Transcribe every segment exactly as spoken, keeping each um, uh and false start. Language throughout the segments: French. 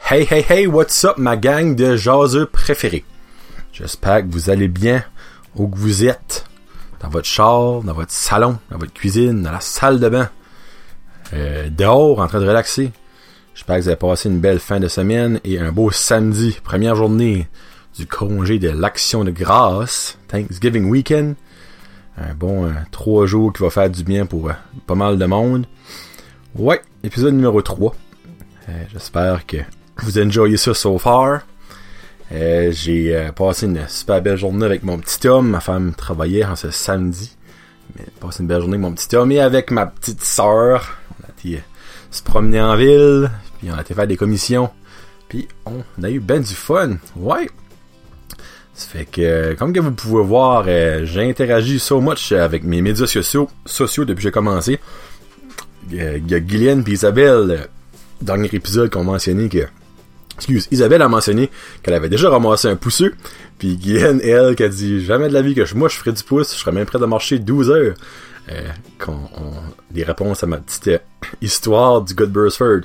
Hey hey hey, what's up ma gang de jaseux préférés? J'espère que vous allez bien où que vous êtes, dans votre char, dans votre salon, dans votre cuisine, dans la salle de bain, euh, dehors en train de relaxer. J'espère que vous avez passé une belle fin de semaine et un beau samedi, première journée du congé de l'Action de grâce, Thanksgiving Weekend. Un bon euh, trois jours qui va faire du bien pour euh, pas mal de monde. Ouais, épisode numéro trois. Euh, j'espère que vous enjoyez ça so far. Euh, j'ai euh, passé une super belle journée avec mon petit homme. Ma femme travaillait en ce samedi. Mais passé une belle journée avec mon petit homme et avec ma petite sœur. On a été euh, se promener en ville. Puis on a été faire des commissions. Puis on a eu ben du fun. Ouais. Ça fait que, comme que vous pouvez voir, euh, j'ai interagi so much avec mes médias sociaux, sociaux depuis que j'ai commencé. Il euh, y a Guylaine et Isabelle, euh, dernier épisode qu'on mentionnait que... Excuse, Isabelle a mentionné qu'elle avait déjà ramassé un pousseux. Puis Guylaine, elle, qui a dit « Jamais de la vie que je, moi je ferais du pouce, je serais même prêt de marcher douze heures. Euh, » qu'on, on, des réponses à ma petite euh, histoire du gars de Bursford.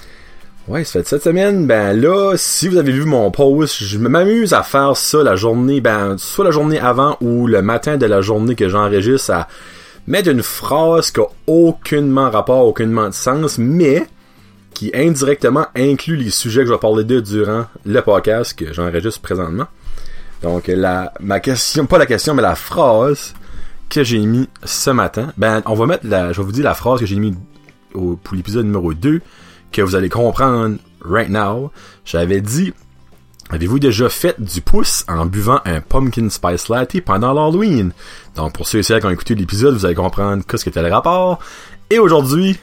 Ouais, ça fait cette semaine, ben là, si vous avez vu mon post, je m'amuse à faire ça la journée, ben, soit la journée avant ou le matin de la journée que j'enregistre, à mettre une phrase qui a aucunement rapport, aucunement de sens, mais qui indirectement inclut les sujets que je vais parler de durant le podcast que j'enregistre présentement. Donc, la, ma question, pas la question, mais la phrase que j'ai mis ce matin, ben, on va mettre la, je vais vous dire la phrase que j'ai mis au, pour l'épisode numéro deux, que vous allez comprendre right now. J'avais dit, avez-vous déjà fait du pouce en buvant un pumpkin spice latte pendant l'Halloween? Donc, pour ceux et celles qui ont écouté l'épisode, vous allez comprendre qu'est-ce que c'était le rapport. Et aujourd'hui,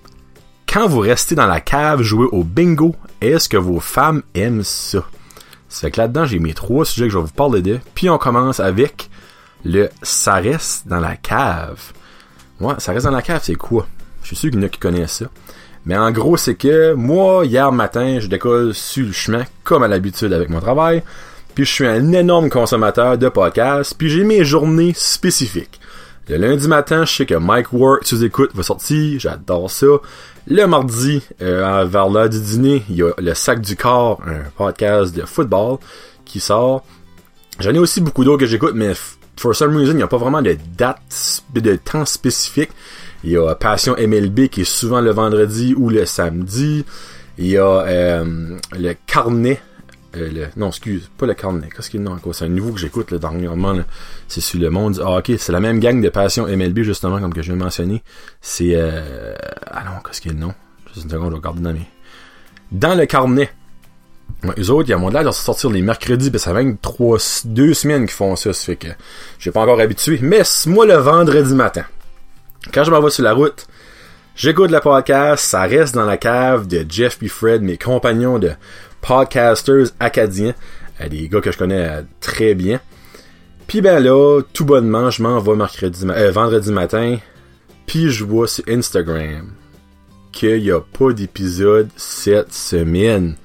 quand vous restez dans la cave jouer au bingo, est-ce que vos femmes aiment ça? Ça fait que là-dedans, j'ai mes trois sujets que je vais vous parler de. Puis on commence avec le « ça reste dans la cave ». Ouais, ça reste dans la cave, c'est quoi? Je suis sûr qu'il y en a qui connaissent ça. Mais en gros, c'est que moi, hier matin, je décolle sur le chemin, comme à l'habitude avec mon travail. Puis je suis un énorme consommateur de podcasts. Puis j'ai mes journées spécifiques. Le lundi matin, je sais que Mike Ward, sous écoute, va sortir. J'adore ça. Le mardi, euh, vers l'heure du dîner, il y a le Sac du Corps, un podcast de football qui sort. J'en ai aussi beaucoup d'autres que j'écoute, mais for some reason, il n'y a pas vraiment de date, de temps spécifique. Il y a Passion M L B qui est souvent le vendredi ou le samedi. Il y a euh, le Carnet. Euh, le, non, excuse, pas le Carnet. Qu'est-ce qu'il y a non, encore? C'est un nouveau que j'écoute là, dernièrement. Là. C'est sur le monde. Ah, ok, c'est la même gang de Passion M L B, justement, comme que je viens de mentionner. C'est... Euh... Ah non, qu'est-ce qu'il y a le nom? Juste une seconde, je vais regarder dans mes... Dans le Carnet. Ouais, eux autres, il y a mon l'air de sortir les mercredis, ben ça fait trois, deux semaines qu'ils font ça, ça fait que j'ai pas encore habitué. Mais moi, le vendredi matin, quand je m'en vais sur la route, j'écoute le podcast, ça reste dans la cave de Jeff et Fred, mes compagnons de podcasters acadiens, euh, des gars que je connais euh, très bien. Puis ben là, tout bonnement, je m'en vais mercredi, euh, vendredi matin, puis je vois sur Instagram qu'il n'y a pas d'épisode cette semaine.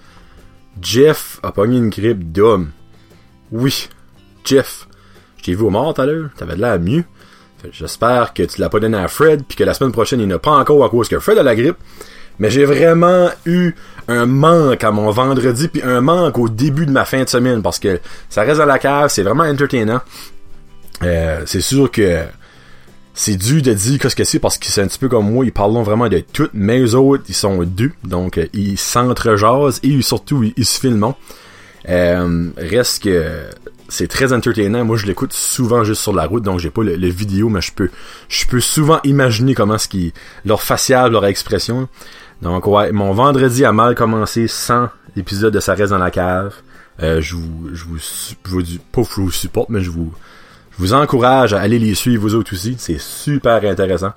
Jeff a pogné une grippe d'homme. Oui, Jeff, je t'ai vu au mort tout à l'heure, t'avais de l'air mieux. J'espère que tu l'as pas donné à Fred, puis que la semaine prochaine, il n'y en a pas encore à cause que Fred a la grippe. Mais j'ai vraiment eu un manque à mon vendredi, puis un manque au début de ma fin de semaine, parce que ça reste dans la cave, c'est vraiment entertainant. Euh, c'est sûr que c'est dû de dire qu'est-ce que c'est, parce que c'est un petit peu comme moi, ils parlent vraiment de tout, mais eux autres, ils sont deux, donc ils s'entrejasent, et surtout, ils, ils se filment. Euh, reste que... c'est très entertainant. Moi, je l'écoute souvent juste sur la route, donc j'ai pas le, le vidéo, mais je peux, je peux souvent imaginer comment ce qui, leur facial, leur expression. Donc, ouais, mon vendredi a mal commencé sans l'épisode de Ça reste dans la cave. Euh, je vous, je vous, je vous, pas je vous supporte, mais je vous, je vous encourage à aller les suivre vous autres aussi. C'est super intéressant.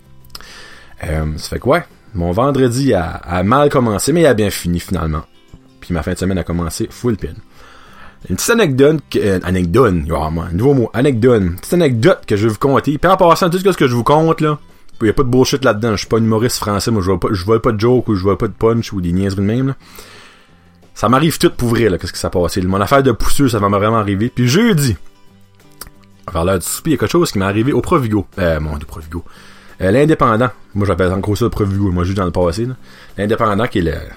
Euh, ça fait que ouais, mon vendredi a, a mal commencé, mais il a bien fini finalement. Puis ma fin de semaine a commencé full pin. Une petite anecdote, euh, anecdote, oh, man, nouveau mot, anecdote, une petite anecdote que je vais vous conter. Puis en passant, tout ce que je vous conte, là, il n'y a pas de bullshit là-dedans. Je suis pas un humoriste français, moi je vois pas, je vois pas de joke ou je vois pas de punch ou des niaiseries de même, là. Ça m'arrive tout pour vrai, là, qu'est-ce qui s'est passé. Mon affaire de pousseux, ça va vraiment arriver. Puis jeudi, vers l'heure du souper, il y a quelque chose qui m'est arrivé au Provigo. Euh, mon dieu, Provigo. Euh, l'Indépendant. Moi, j'appelle encore ça le Provigo. Moi, juste dans le passé, là. L'Indépendant, qui est le,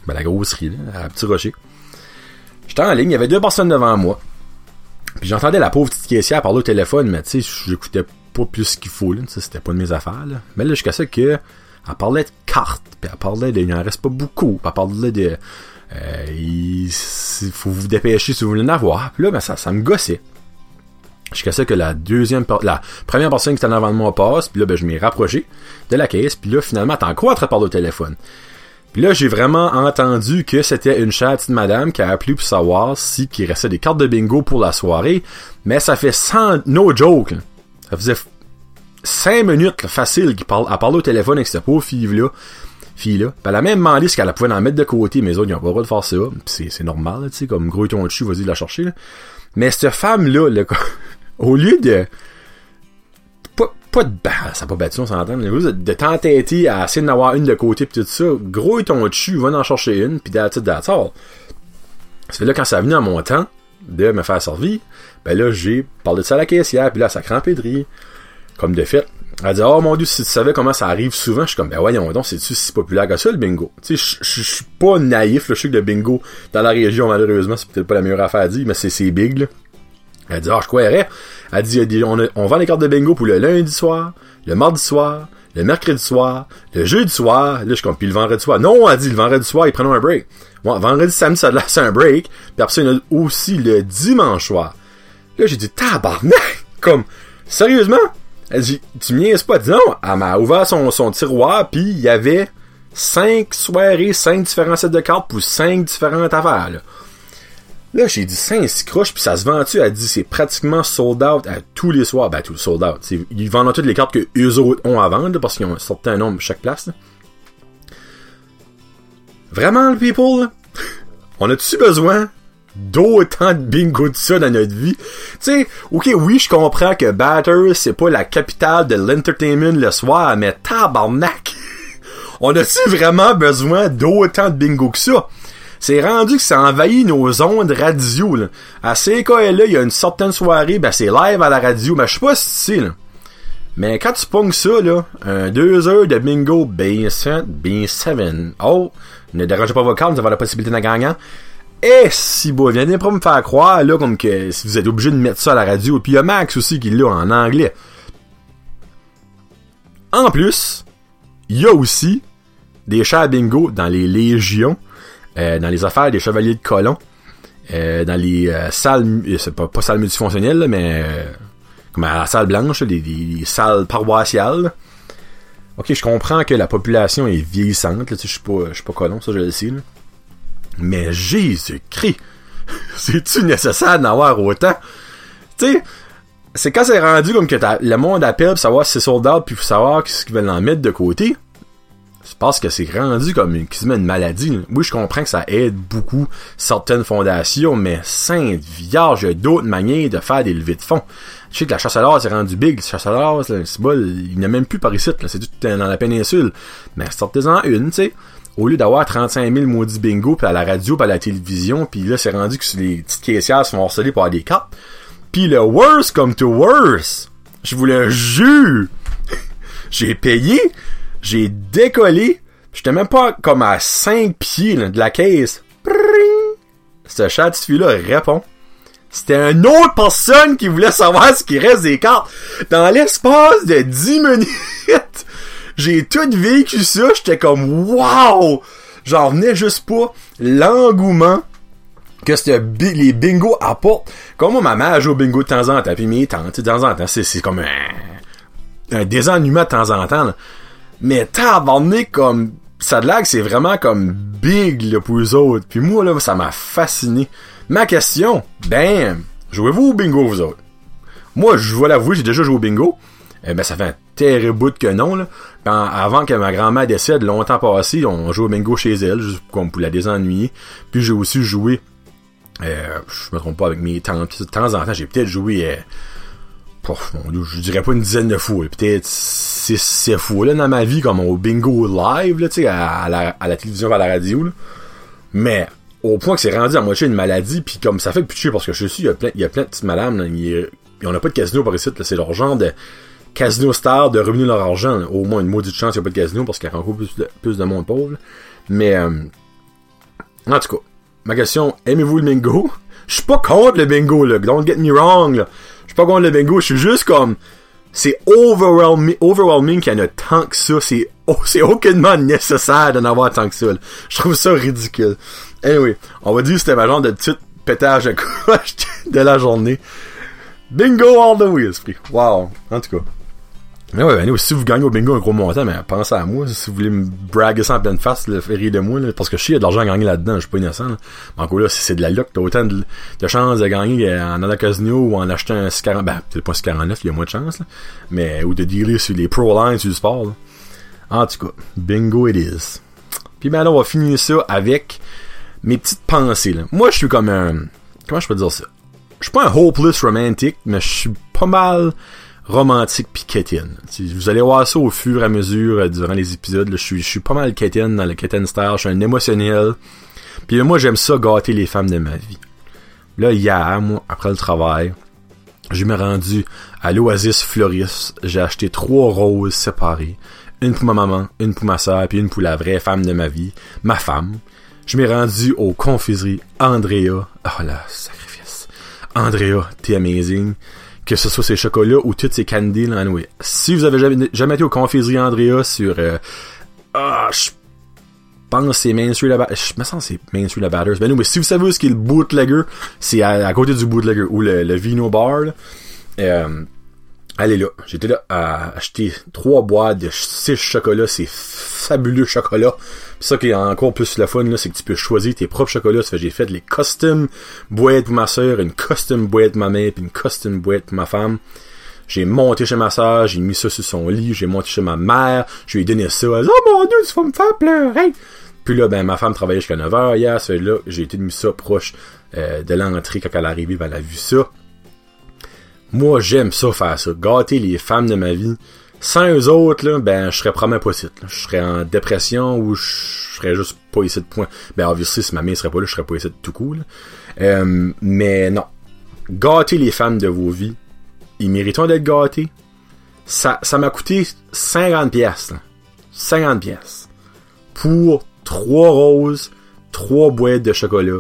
Ben, la grosserie, là, à Petit Rocher. J'étais en ligne, il y avait deux personnes devant moi. Puis j'entendais la pauvre petite caissière parler au téléphone, mais tu sais, j'écoutais pas plus qu'il faut, là. T'sais, c'était pas de mes affaires, là. Mais là, jusqu'à ça que, elle parlait de cartes, puis elle parlait de, il en reste pas beaucoup, puis elle parlait de, euh, il faut vous dépêcher si vous voulez en avoir. Puis là, ben, ça, ça me gossait. Jusqu'à ça que la deuxième, la première personne qui était en avant de moi passe, puis là, ben, je m'ai rapproché de la caisse, puis là, finalement, t'en quoi à parler au téléphone? Puis là, j'ai vraiment entendu que c'était une chère petite madame qui a appelé pour savoir si qu'il restait des cartes de bingo pour la soirée, mais ça fait sans, no joke, là. Ça faisait cinq minutes, là, facile, qu'il parle, à parler au téléphone avec cette pauvre fille-là, fille-là. Puis elle a même demandé ce qu'elle pouvait en mettre de côté, mais les autres, ils ont pas le droit de faire ça. Puis c'est, c'est normal, tu sais, comme gros ton dessus, vas-y la chercher, là. Mais cette femme-là, là, au lieu de, pas, pas de, bah, ça n'a pas battu, on s'entend, mais de, de t'entêter à essayer d'en avoir une de côté pis tout ça, gros ton dessus, va en chercher une, pis that's it, that's all. Ça fait là, quand ça a venu à mon temps de me faire servir, ben là, j'ai parlé de ça à la caissière, pis là, ça crampait de rire. Comme de fait. Elle dit, oh mon Dieu, si tu savais comment ça arrive souvent, je suis comme, ben voyons donc, c'est-tu si populaire que ça, le bingo? Tu sais, je suis pas naïf, là, je sais que le bingo, dans la région, malheureusement, c'est peut-être pas la meilleure affaire à dire, mais c'est, c'est big, là. Elle dit, ah, oh, je croirais. Elle dit, on, a, on vend les cartes de bingo pour le lundi soir, le mardi soir, le mercredi soir, le jeudi soir, là, je suis comme, puis le vendredi soir. Non, elle dit, le vendredi soir, ils prennent un break. Bon, vendredi, samedi, ça c'est un break, puis après ça, il y en a aussi le dimanche soir. Là, j'ai dit, tabarnak! Comme, sérieusement? Elle dit, tu me niaises pas? Elle dit, non, elle m'a ouvert son, son tiroir, puis il y avait cinq soirées, cinq différents sets de cartes pour cinq différentes affaires, là. Là, j'ai dit cinq six croches, puis ça se vend-tu? Elle dit, c'est pratiquement sold out à tous les soirs. Ben, tout sold out. C'est, ils vendent toutes les cartes que eux autres ont à vendre, là, parce qu'ils ont un certain nombre chaque place, là. Vraiment, le people, là? On a-tu besoin d'autant de bingo de ça dans notre vie? Tu sais, ok, oui, je comprends que Batters, c'est pas la capitale de l'entertainment le soir, mais tabarnak! On a-tu vraiment besoin d'autant de bingo que ça? C'est rendu que ça envahit nos ondes radio, là. À C K L A, il y a une certaine soirée, ben c'est live à la radio, ben je sais pas si c'est, là. Mais quand tu pognes ça, là, un deux heures de bingo, ben sept, ben sept, oh, ne dérangez pas vos cartes, vous avez la possibilité d'un gagnant. Eh, si bon, viens pas me faire croire, là, comme que si vous êtes obligé de mettre ça à la radio. Puis il y a Max aussi qui l'a en anglais. En plus, il y a aussi des chars bingo dans les légions, euh, dans les affaires des chevaliers de colon, euh, dans les euh, salles, c'est pas, pas salles multifonctionnelles, là, mais euh, comme à la salle blanche, là, les, les salles paroissiales. Là. Ok, je comprends que la population est vieillissante, là, je suis pas, je suis pas colon, ça je le sais, là. Mais Jésus-Christ, c'est-tu nécessaire d'en avoir autant? Tu sais, c'est quand c'est rendu comme que t'as, le monde appelle pour savoir si c'est sold out puis pour savoir ce qu'ils veulent en mettre de côté. C'est parce que c'est rendu comme une, quasiment une maladie. Là. Oui, je comprends que ça aide beaucoup certaines fondations, mais sainte vierge, il y a d'autres manières de faire des levées de fonds. Je sais que la chasse à l'or, c'est rendu big. La chasse à l'or, c'est bon, il n'y a même plus par ici, là, c'est tout dans la péninsule. Mais sortez-en une, tu sais. Au lieu d'avoir trente-cinq mille maudits bingo, puis à la radio, puis à la télévision, puis là, c'est rendu que les petites caissières se font harceler pour avoir des cartes. Puis le worst come to worst, je vous le jure, j'ai payé, j'ai décollé, j'étais même pas comme à cinq pieds là, de la caisse. Ce chat de fille-là répond. C'était une autre personne qui voulait savoir ce qui reste des cartes. Dans l'espace de dix minutes, j'ai tout vécu ça, j'étais comme wow! J'en venais juste pas l'engouement que c'était bi- les bingos apportent. Comme moi, ma mère joue au bingo de temps en temps, puis mes tantes, de temps en temps, c'est, c'est comme un, un désennuement de temps en temps, là. Mais tabarnak, comme ça de lag, c'est vraiment comme big là, pour eux autres. Puis moi, là, ça m'a fasciné. Ma question, bam! Jouez-vous au bingo, vous autres? Moi, je vais l'avouer, j'ai déjà joué au bingo. Eh ben, ça fait un terrible bout que non, là. Quand, avant que ma grand-mère décède, longtemps passé, on jouait au bingo chez elle, juste comme pour la désennuyer. Puis j'ai aussi joué, euh, je me trompe pas, avec mes tantes. Puis de temps en temps, j'ai peut-être joué, euh, pof, mon Dieu, je dirais pas une dizaine de fois, peut-être six, sept fois, là, dans ma vie, comme au bingo live, là, tu sais, à, à, la, à la télévision, à la radio, là. Mais, au point que c'est rendu à moitié une maladie, puis comme ça fait pitcher, parce que je suis, il y a plein, il y a plein de petites madames, là, il, on n'a pas de casino par ici, là, c'est leur genre de casino star de revenus leur argent, là. Au moins une maudite chance qu'il n'y a pas de casino parce qu'il y a encore plus de, plus de monde pauvre, là. Mais euh, En tout cas, ma question, aimez-vous le bingo? Je suis pas contre le bingo, là. Don't get me wrong, là. Je suis pas contre le bingo. Je suis juste comme... C'est overwhelming, overwhelming qu'il y en a tant que ça. C'est, oh, c'est aucunement nécessaire d'en avoir tant que ça, là. Je trouve ça ridicule. Anyway, on va dire que c'était ma genre de petite pétage de coche de la journée. Bingo all the way, esprit. Wow. En tout cas. Mais ouais, anyway, si vous gagnez au bingo un gros montant, mais pensez à moi. Si vous voulez me braguer ça en pleine face, le faire rire de moi, là, parce que je sais qu'il y a de l'argent à gagner là-dedans, je suis pas innocent. Là. Mais encore là, si c'est de la luck, t'as autant de, de chances de gagner en allant au casino ou en achetant un quarante, ben, peut-être pas un quarante-neuf, il y a moins de chance, là. Mais, ou de dealer sur les pro lines sur le sport, là. En tout cas, bingo it is. Puis maintenant, on va finir ça avec mes petites pensées, là. Moi, je suis comme un, comment je peux dire ça? Je suis pas un hopeless romantic, mais je suis pas mal romantique pis quétaine. Vous allez voir ça au fur et à mesure euh, durant les épisodes. Là, je suis je suis pas mal quétaine dans le quétaine style. Je suis un émotionnel. Puis moi, j'aime ça gâter les femmes de ma vie. Là, hier, moi, après le travail, je me rendu à l'Oasis Floris. J'ai acheté trois roses séparées. Une pour ma maman, une pour ma soeur, puis une pour la vraie femme de ma vie, ma femme. Je m'ai rendu aux confiseries Andrea. Oh là, sacrifice. Andrea, t'es amazing. Que ce soit ces chocolats ou toutes ces candies, là, anyway. Si vous avez jamais, jamais été aux confiseries Andrea sur, euh, ah, je pense que c'est Main Street la Je me sens que c'est Main Street la Batters. Ben, anyway, si vous savez où est-ce qu'il est le bootlegger, c'est à, à côté du bootlegger, ou le, le Vino Bar, là. Euh, allez là. J'étais là à acheter trois boîtes de six chocolats, c'est fabuleux chocolat. Pis ça qui est encore plus le fun, là, c'est que tu peux choisir tes propres chocolats. Ça fait, j'ai fait les custom boîtes pour ma soeur, une custom boîte pour ma mère, puis une custom boîte pour ma femme. J'ai monté chez ma soeur, j'ai mis ça sur son lit, j'ai monté chez ma mère, je lui ai donné ça. Elle a dit, oh mon Dieu, tu vas me faire pleurer. Puis là, ben, ma femme travaillait jusqu'à neuf heures hier, ça fait là, j'ai été mis ça proche euh, de l'entrée quand elle est arrivée, ben, elle a vu ça. Moi, j'aime ça, faire ça, gâter les femmes de ma vie. Sans eux autres, là, ben, je serais probablement pas ici. Là. Je serais en dépression ou je serais juste pas ici de point. Ben, obviously, si ma mère serait pas là, je serais pas ici de tout cool. Euh, mais non. Gâter les femmes de vos vies. Ils méritent d'être gâtés. Ça, ça m'a coûté cinquante piastres. Là. cinquante piastres. Pour trois roses, trois boîtes de chocolat.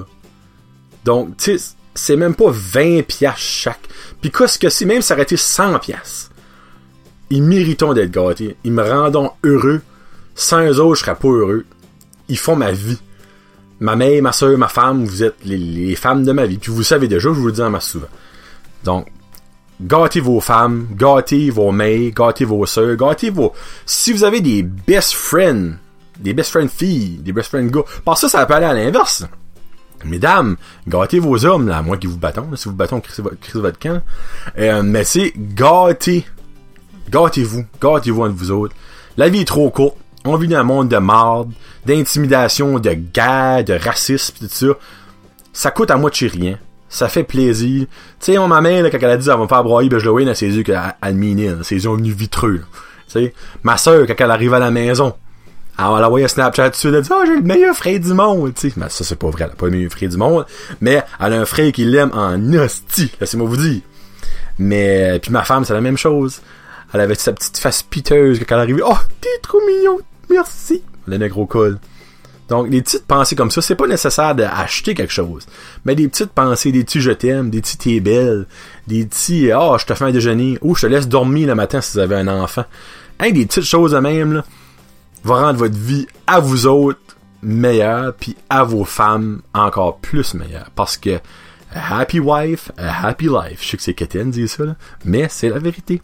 Donc, tu sais, c'est même pas vingt piastres chaque. Puis qu'est-ce que c'est? Même ça aurait été cent piastres. Ils méritent d'être gâtés. Ils me rendent heureux. Sans eux autres, je serais pas heureux. Ils font ma vie. Ma mère, ma soeur, ma femme, vous êtes les, les femmes de ma vie. Puis vous le savez déjà, je vous le dis en masse souvent. Donc, gâtez vos femmes, gâtez vos mères, gâtez vos soeurs, gâtez vos... Si vous avez des best friends, des best friends filles, des best friends gars, parce que ça, ça peut aller à l'inverse. Mesdames, gâtez vos hommes, là, à moins qu'ils vous battent. Si vous battez, on crie votre camp. Euh, mais c'est gâtez. Gâtez-vous. Gâtez-vous entre vous autres. La vie est trop courte. On vit dans un monde de marde, d'intimidation, de guerre, de racisme, pis tout ça. Ça coûte à moitié rien. Ça fait plaisir. Tu sais, ma mère, là, quand elle a dit, elle va me faire broyer, ben, je le voyais dans ses yeux qu'elle elle minait, ses yeux ont venu vitreux. Tu sais, ma soeur, quand elle arrive à la maison, elle la voyait Snapchat dessus, elle a dit, oh, j'ai le meilleur frère du monde, tu sais. Mais ça, c'est pas vrai, elle a pas le meilleur frère du monde, mais elle a un frère qui l'aime en hostie, laissez-moi vous dire. Mais, puis ma femme, c'est la même chose. Elle avait sa petite face piteuse quand elle arrivait. Oh, t'es trop mignon, merci. Elle a un gros col. Donc, des petites pensées comme ça, c'est pas nécessaire d'acheter quelque chose. Mais des petites pensées, des petits je t'aime, des petits t'es belle, des petits, oh, je te fais un déjeuner, ou je te laisse dormir le matin si vous avez un enfant. Hein, des petites choses de même, là, vont rendre votre vie à vous autres meilleure, puis à vos femmes encore plus meilleure. Parce que, a happy wife, a happy life. Je sais que c'est Kéten dit ça, là, mais c'est la vérité.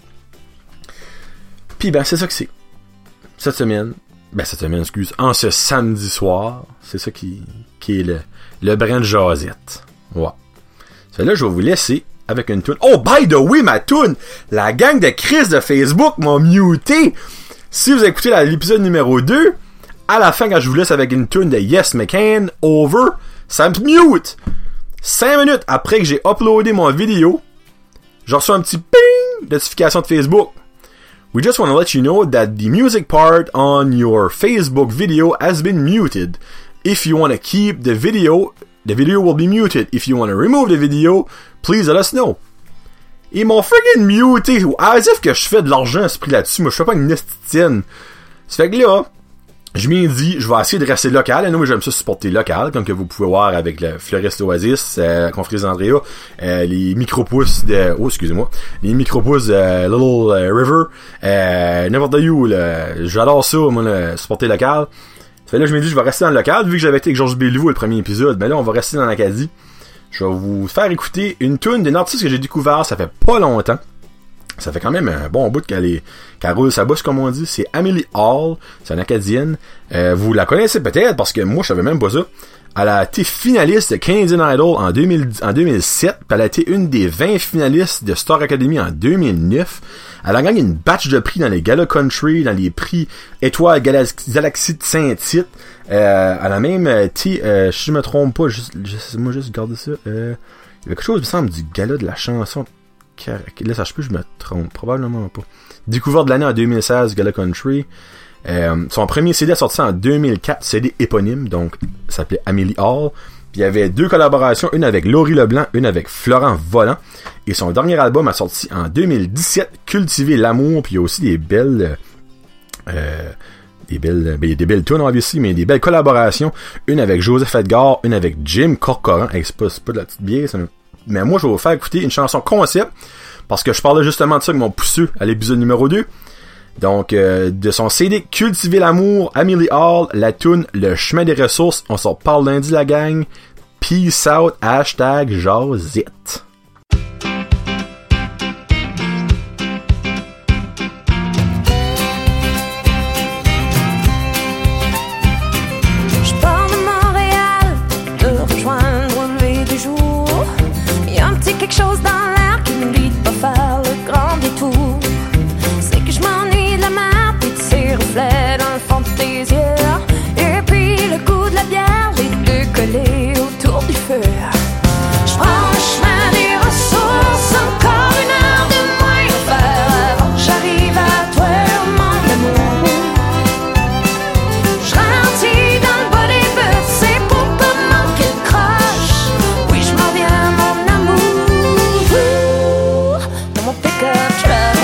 Puis ben, c'est ça que c'est. Cette semaine, ben cette semaine, excuse, en ce samedi soir, c'est ça qui, qui est le, le brin de jasette. Ouais. Ça là, je vais vous laisser avec une toune. Oh, by the way, ma toune! La gang de Chris de Facebook m'ont muté! Si vous écoutez l'épisode numéro deux, à la fin, quand je vous laisse avec une toune de Yes McCann, Over, ça me mute! Cinq minutes après que j'ai uploadé mon vidéo, je reçois un petit ping! Notification de Facebook. We just want to let you know that the music part on your Facebook video has been muted. If you want to keep the video, the video will be muted. If you want to remove the video, please let us know. Ils m'ont friggin' muté, as if que je fais de l'argent à ce prix là-dessus. Moi, je fais pas une nestitienne. Ça fait que là, je m'ai dit, je vais essayer de rester local. Nous, j'aime ça supporter local, comme que vous pouvez voir avec le Fleuriste Oasis, euh, Confrérie Andrea, euh, les micro-pousses de, oh, excusez-moi, les micro-pousses de euh, Little euh, River, euh, n'importe où, là. J'adore ça, moi, le supporter local. Ça fait là, je me dis, je vais rester dans le local, vu que j'avais été avec Georges Béliveau le premier épisode, ben là, on va rester dans l'Acadie. Je vais vous faire écouter une tune d'une artiste que j'ai découvert, ça fait pas longtemps. Ça fait quand même un bon bout qu'elle est, qu'elle roule sa bosse, comme on dit. C'est Amelie Hall. C'est une Acadienne. Euh, vous la connaissez peut-être, parce que moi, je savais même pas ça. Elle a été finaliste de Canadian Idol en, deux mille, en deux mille sept, puis elle a été une des vingt finalistes de Star Academy en deux mille neuf. Elle a gagné une batch de prix dans les Gala Country, dans les prix Étoile Galaxie de Saint-Tite. Euh, elle a même été, euh, si je me trompe pas, juste, juste, moi juste garder ça, euh, il y avait quelque chose, il me semble, du gala de la chanson. Là, ça je peux, je me trompe, probablement pas. Découverte de l'année en deux mille seize, Gala Country. Euh, son premier C D a sorti en deux mille quatre, C D éponyme, donc ça s'appelait Amelie Hall. Puis il y avait deux collaborations, une avec Laurie Leblanc, une avec Florent Volant. Et son dernier album a sorti en deux mille dix-sept, Cultiver l'amour. Puis il y a aussi des belles, euh, des belles, ben, il y a des belles tunes, on va ici, mais des belles collaborations. Une avec Joseph Edgar, une avec Jim Corcoran. Hey, c'est pas, c'est pas de la petite bière, c'est un... Mais moi, je vais vous faire écouter une chanson concept, parce que je parlais justement de ça avec mon pousseux à l'épisode numéro deux. Donc, euh, de son C D Cultiver l'amour, Amelie Hall, la tune Le chemin des ressources. On s'en parle lundi, la gang. Peace out, hashtag Josette. Je pars de Montréal, de rejoindre le lever du jour. Il y a un petit quelque chose dans l'air qui me dit de pas faire le grand détour. C'est que je m'ennuie de la mer, puis de ses reflets dans le fond de tes yeux. Et puis le goût de la bière, les deux collés autour du feu. Je prends le chemin des ressources, encore une heure de moins à faire avant que j'arrive à toi, mon amour. Je ralentis dans le bas des buts, c'est pour pas manquer de croche. Oui, je m'en viens, mon amour, dans mon pick-up truck.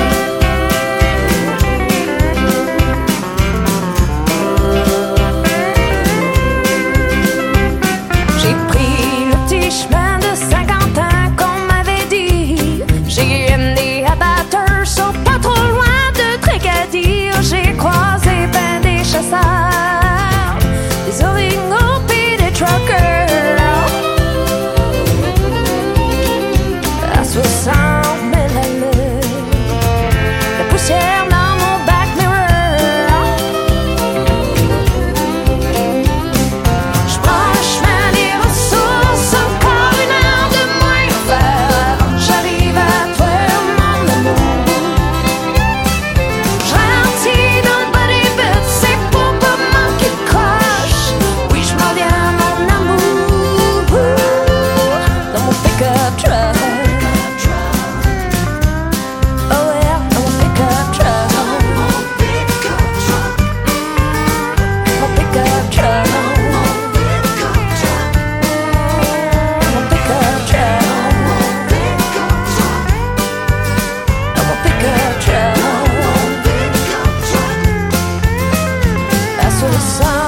J'ai pris le petit chemin de cinquante ans qu'on m'avait dit. J'ai amené à batteur, sauf pas trop loin de Tracadie. J'ai croisé ben des chasseurs, des orignaux pis des truckers. À soixante mille à l'heure, la poussière dans mon back mirror. Je prends le chemin des ressources, encore une heure de moins à faire avant que j'arrive à toi, mon amour. Je ralentis dans le bas des buts, c'est pour pas manquer de croche. Oui, je m'en viens, mon amour, dans mon pick-up truck. Oh yeah, dans mon pick-up truck. Mon pick-up truck. Mon pick-up truck. Mon pick-up truck. Dans mon pick-up truck. À soixante